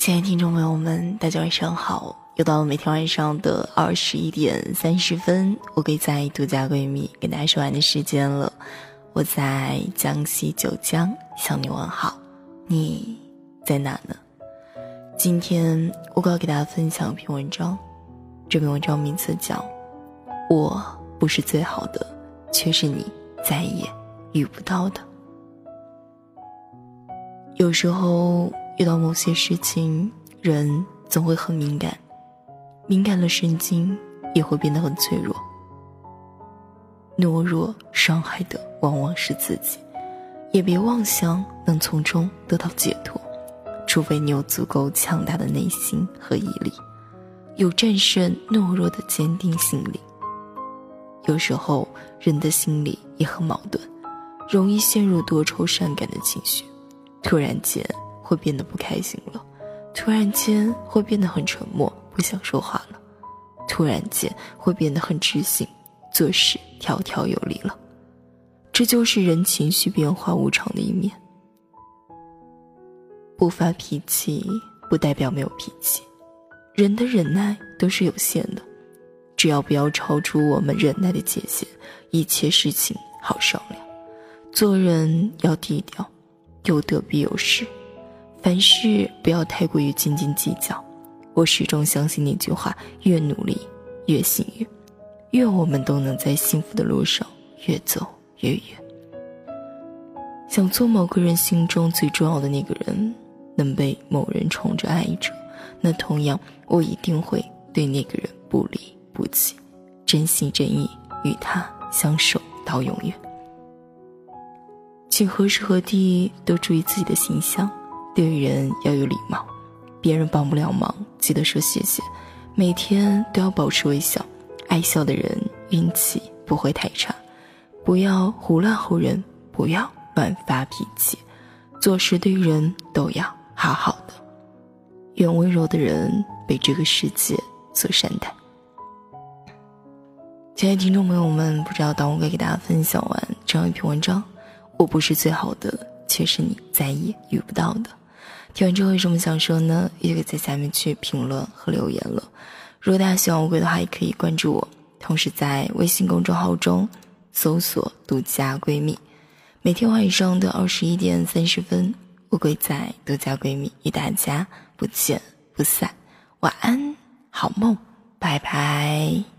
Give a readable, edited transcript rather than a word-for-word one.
亲爱的听众朋友们，大家晚上好，又到了每天晚上的21点30分，我可以在独家闺蜜跟大家说完的时间了。我在江西九江向你问好，你在哪呢？今天我要给大家分享一篇文章，这篇文章名字叫我不是最好的，却是你再也遇不到的。有时候遇到某些事情，人总会很敏感，敏感的神经也会变得很脆弱。懦弱伤害的往往是自己，也别妄想能从中得到解脱，除非你有足够强大的内心和毅力，有战胜懦弱的坚定心理。有时候人的心里也很矛盾，容易陷入多愁善感的情绪，突然间会变得不开心了，突然间会变得很沉默，不想说话了，突然间会变得很知性，做事条条有理了。这就是人情绪变化无常的一面。不发脾气不代表没有脾气，人的忍耐都是有限的，只要不要超出我们忍耐的界限，一切事情好商量。做人要低调，有得必有失，凡事不要太过于斤斤计较。我始终相信那句话，越努力越幸运，愿我们都能在幸福的路上越走越远。想做某个人心中最重要的那个人，能被某人宠着爱着，那同样我一定会对那个人不离不弃，真心真意与他相守到永远。请何时何地都注意自己的形象，对人要有礼貌，别人帮不了忙记得说谢谢，每天都要保持微笑，爱笑的人运气不会太差。不要胡乱吼人，不要乱发脾气，做事对人都要好好的，愿温柔的人被这个世界所善待。亲爱的听众朋友们，不知道当我该给大家分享完这样一篇文章，我不是最好的，却是你再也遇不到的。听完之后有什么想说呢？也可以在下面去评论和留言了。如果大家喜欢乌龟的话，也可以关注我，同时在微信公众号中搜索独家闺蜜。每天晚上的21点30分，乌龟在独家闺蜜与大家不见不散。晚安，好梦，拜拜。